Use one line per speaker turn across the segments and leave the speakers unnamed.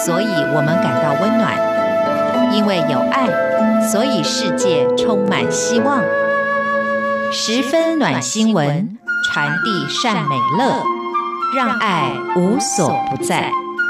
所以我们感到温暖；因为有爱，所以世界充满希望。十分暖新闻，传递善美乐，让爱无所不在。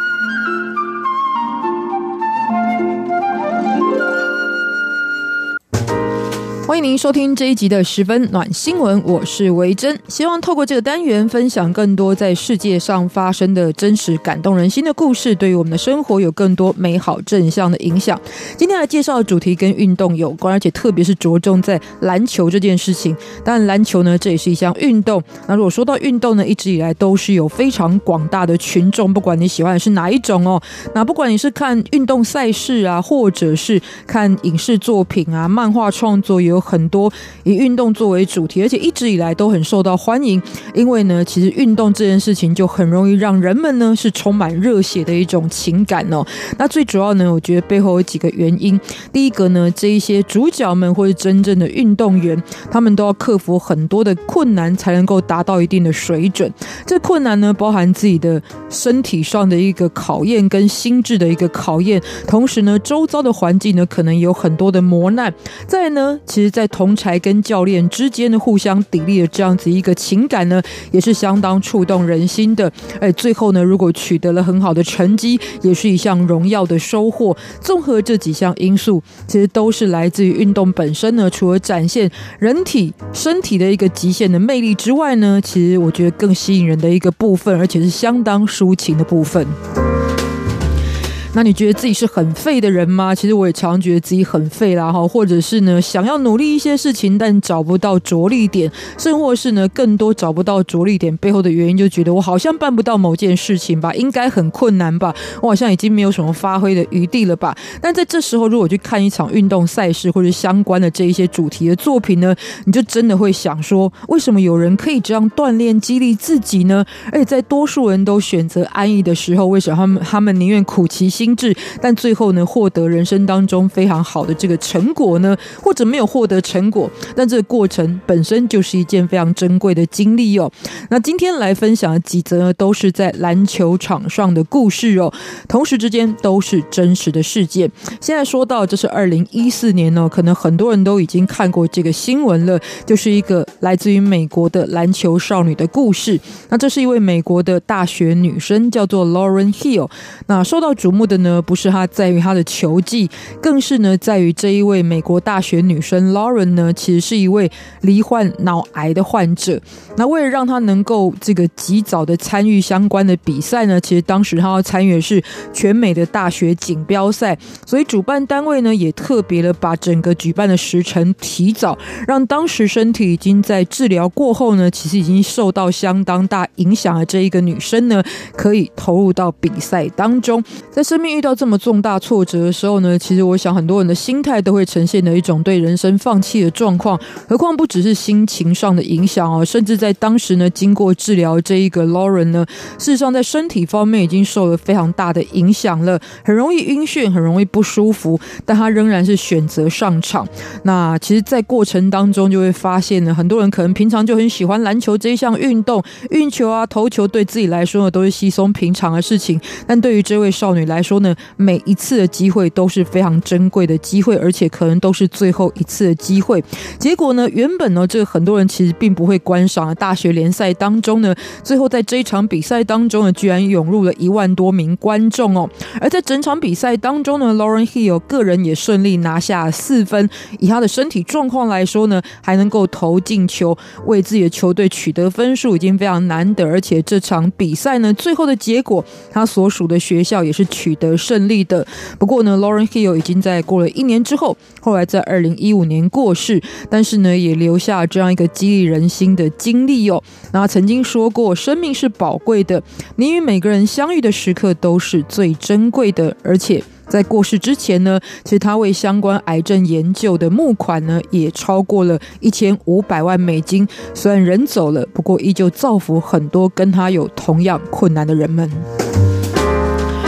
欢迎您收听这一集的十分暖新闻，我是维珍，希望透过这个单元分享更多在世界上发生的真实感动人心的故事，对于我们的生活有更多美好正向的影响。今天来介绍的主题跟运动有关，而且特别是着重在篮球这件事情。当然篮球呢，这也是一项运动。那如果说到运动呢，一直以来都是有非常广大的群众，不管你喜欢的是哪一种哦，那不管你是看运动赛事啊，或者是看影视作品啊，漫画创作，也有很多以运动作为主题，而且一直以来都很受到欢迎。因为呢，其实运动这件事情就很容易让人们呢是充满热血的一种情感哦。那最主要呢，我觉得背后有几个原因。第一个呢，这一些主角们或是真正的运动员，他们都要克服很多的困难，才能够达到一定的水准。这困难呢，包含自己的身体上的一个考验，跟心智的一个考验，同时呢，周遭的环境呢，可能有很多的磨难。再来呢，其实在同儕跟教练之间的互相砥砺的这样子一个情感呢，也是相当触动人心的。而最后呢，如果取得了很好的成绩，也是一项荣耀的收获。综合这几项因素，其实都是来自于运动本身呢，除了展现人体身体的一个极限的魅力之外呢，其实我觉得更吸引人的一个部分，而且是相当抒情的部分。那你觉得自己是很废的人吗？其实我也常常觉得自己很废啦，或者是呢想要努力一些事情，但找不到着力点，甚或是呢更多找不到着力点背后的原因，就觉得我好像办不到某件事情吧，应该很困难吧，我好像已经没有什么发挥的余地了吧。但在这时候，如果去看一场运动赛事或者相关的这一些主题的作品呢，你就真的会想说，为什么有人可以这样锻炼激励自己呢？而且在多数人都选择安逸的时候，为什么他们宁愿苦其心志，但最后呢获得人生当中非常好的这个成果呢？或者没有获得成果，但这个过程本身就是一件非常珍贵的经历哦。那今天来分享的几则呢，都是在篮球场上的故事哦，同时之间都是真实的事件。现在说到这是2014年哦，可能很多人都已经看过这个新闻了，就是一个来自于美国的篮球少女的故事。那这是一位美国的大学女生，叫做 Lauryn Hill。那受到瞩目的呢，不是她在于她的球技，更是呢在于这一位美国大学女生 Lauren 呢，其实是一位罹患脑癌的患者。那为了让她能够这个及早的参与相关的比赛呢，其实当时她要参与的是全美的大学锦标赛，所以主办单位呢也特别的把整个举办的时程提早，让当时身体已经在治疗过后呢，其实已经受到相当大影响的这一个女生呢，可以投入到比赛当中。在生命遇到这么重大挫折的时候呢，其实我想很多人的心态都会呈现的一种对人生放弃的状况，何况不只是心情上的影响哦，甚至在当时呢，经过治疗这一个 Lauren 呢，事实上在身体方面已经受了非常大的影响了，很容易晕眩，很容易不舒服，但他仍然是选择上场。那其实在过程当中就会发现呢，很多人可能平常就很喜欢篮球这一项运动，运球啊投球对自己来说呢都是稀松平常的事情，但对于这位少女来说呢，每一次的机会都是非常珍贵的机会，而且可能都是最后一次的机会。结果呢，原本呢这个很多人其实并不会观赏的大学联赛当中呢，最后在这一场比赛当中呢，居然涌入了1万多名观众哦。而在整场比赛当中呢， Lauryn Hill 个人也顺利拿下4分，以他的身体状况来说呢，还能够投进球，为自己的球队取得分数已经非常难得。而且这场比赛呢，最后的结果他所属的学校也是取得胜利的。不过呢， Lauryn Hill 已经在过了1年之后，后来在2015年过世，但是呢也留下这样一个激励人心的经历哦。那他曾经说过，生命是宝贵的，你与每个人相遇的时刻都是最珍贵的。而且在过世之前呢，其实他为相关癌症研究的募款呢也超过了1500万美金。虽然人走了，不过依旧造福很多跟他有同样困难的人们。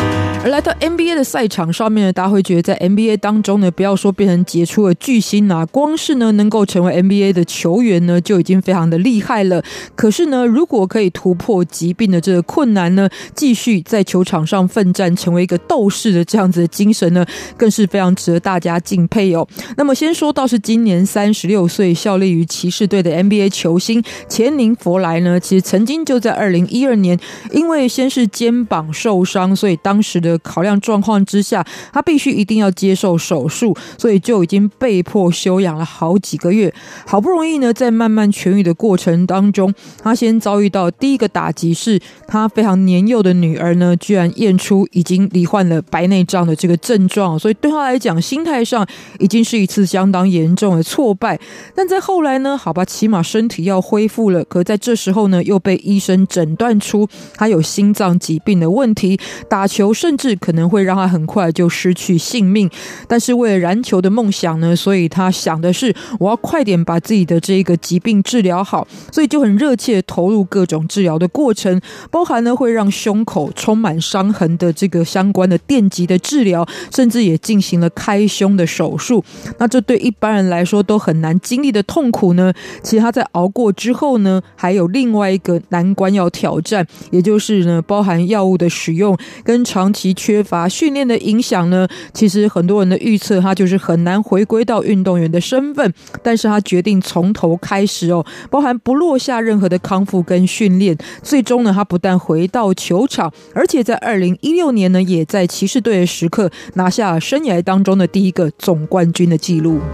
而来到 NBA 的赛场上面呢，大家会觉得在 NBA 当中呢，不要说变成杰出的巨星啊，光是呢能够成为 NBA 的球员呢，就已经非常的厉害了。可是呢，如果可以突破疾病的这个困难呢，继续在球场上奋战，成为一个斗士的这样子的精神呢，更是非常值得大家敬佩哦。那么先说到是今年36岁效力于骑士队的 NBA 球星钱宁佛莱呢，其实曾经就在2012年因为先是肩膀受伤，所以当时的考量状况之下，他必须一定要接受手术，所以就已经被迫休养了好几个月。好不容易呢，在慢慢痊愈的过程当中，他先遭遇到第一个打击，是他非常年幼的女儿呢，居然验出已经罹患了白内障的这个症状，所以对他来讲，心态上已经是一次相当严重的挫败。但在后来呢，好吧，起码身体要恢复了，可在这时候呢，又被医生诊断出他有心脏疾病的问题，打球甚至可能会让他很快就失去性命。但是为了燃球的梦想呢，所以他想的是我要快点把自己的这个疾病治疗好，所以就很热切投入各种治疗的过程，包含呢会让胸口充满伤痕的这个相关的电击的治疗，甚至也进行了开胸的手术。那这对一般人来说都很难经历的痛苦呢，其实他在熬过之后呢，还有另外一个难关要挑战，也就是呢包含药物的使用跟长期缺乏训练的影响呢，其实很多人的预测他就是很难回归到运动员的身份，但是他决定从头开始哦，包含不落下任何的康复跟训练。最终呢，他不但回到球场，而且在2016年呢，也在骑士队的时刻拿下生涯当中的第一个总冠军的纪录。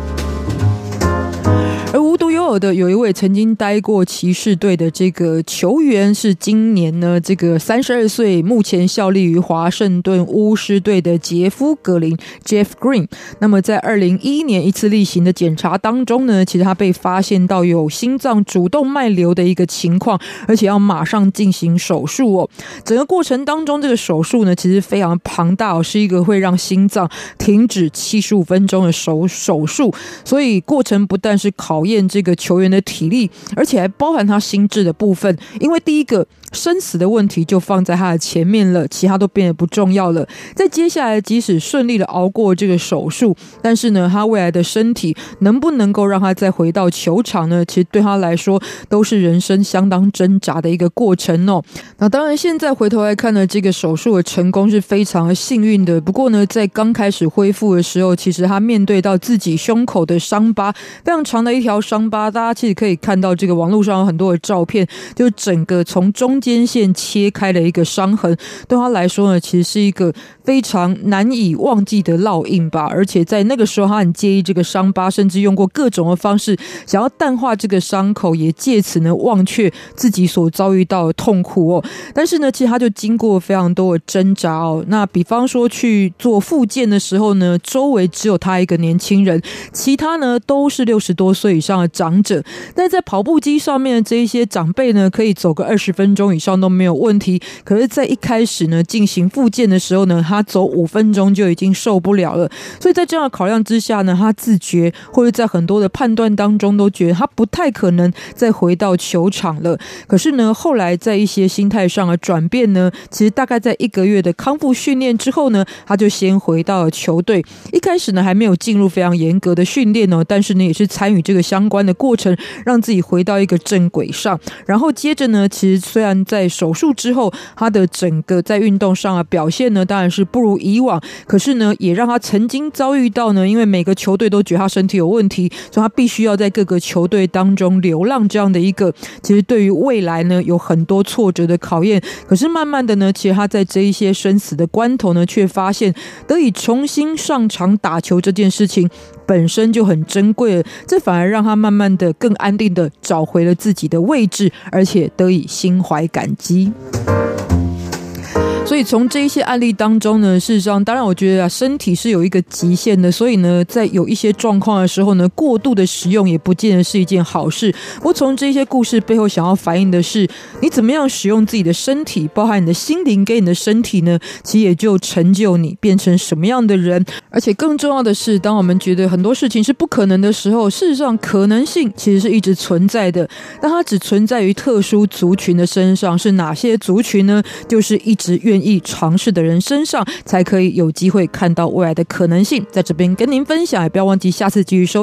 而无独有偶的，有一位曾经待过骑士队的这个球员，是今年呢这个32岁，目前效力于华盛顿巫师队的杰夫·格林 Jeff Green。那么在2011年一次例行的检查当中呢，其实他被发现到有心脏主动脉瘤的一个情况，而且要马上进行手术哦。整个过程当中，这个手术呢其实非常庞大哦，是一个会让心脏停止75分钟的手术，所以过程不但是考验这个球员的体力，而且还包含他心智的部分。因为第一个生死的问题就放在他的前面了，其他都变得不重要了。在接下来即使顺利的熬过这个手术，但是呢他未来的身体能不能够让他再回到球场呢，其实对他来说都是人生相当挣扎的一个过程哦。那当然现在回头来看呢，这个手术的成功是非常的幸运的。不过呢，在刚开始恢复的时候，其实他面对到自己胸口的伤疤，非常长的一条伤疤，大家其实可以看到这个网络上有很多的照片，就整个从中间线切开的一个伤痕，对他来说呢，其实是一个非常难以忘记的烙印吧。而且在那个时候他很介意这个伤疤，甚至用过各种的方式想要淡化这个伤口，也借此呢忘却自己所遭遇到的痛苦哦。但是呢，其实他就经过非常多的挣扎哦。那比方说去做复健的时候呢，周围只有他一个年轻人，其他呢都是60多岁以上的长者。但是在跑步机上面的这一些长辈呢，可以走个20分钟以上都没有问题。可是在一开始呢进行复健的时候呢，他走5分钟就已经受不了了。所以在这样的考量之下呢，他自觉或者在很多的判断当中都觉得他不太可能再回到球场了。可是呢，后来在一些心态上的转变呢，其实大概在1个月的康复训练之后呢，他就先回到了球队。一开始呢还没有进入非常严格的训练哦，但是呢也是参与这个相关的过程，让自己回到一个正轨上。然后接着呢，其实虽然在手术之后他的整个在运动上的表现呢当然是不如以往，可是呢也让他曾经遭遇到呢，因为每个球队都觉得他身体有问题，所以他必须要在各个球队当中流浪，这样的一个其实对于未来呢有很多挫折的考验。可是慢慢的呢，其实他在这一些生死的关头呢，却发现得以重新上场打球这件事情本身就很珍贵了，这反而让他慢慢的更安定的找回了自己的位置，而且得以心怀感激。所以从这一些案例当中呢，事实上当然我觉得身体是有一个极限的，所以呢在有一些状况的时候呢，过度的使用也不见得是一件好事。不过从这些故事背后想要反映的是，你怎么样使用自己的身体，包含你的心灵给你的身体呢，其实也就成就你变成什么样的人。而且更重要的是，当我们觉得很多事情是不可能的时候，事实上可能性其实是一直存在的，但它只存在于特殊族群的身上。是哪些族群呢？就是一直愿愿意尝试的人身上，才可以有机会看到未来的可能性。在这边跟您分享，也不要忘记下次继续收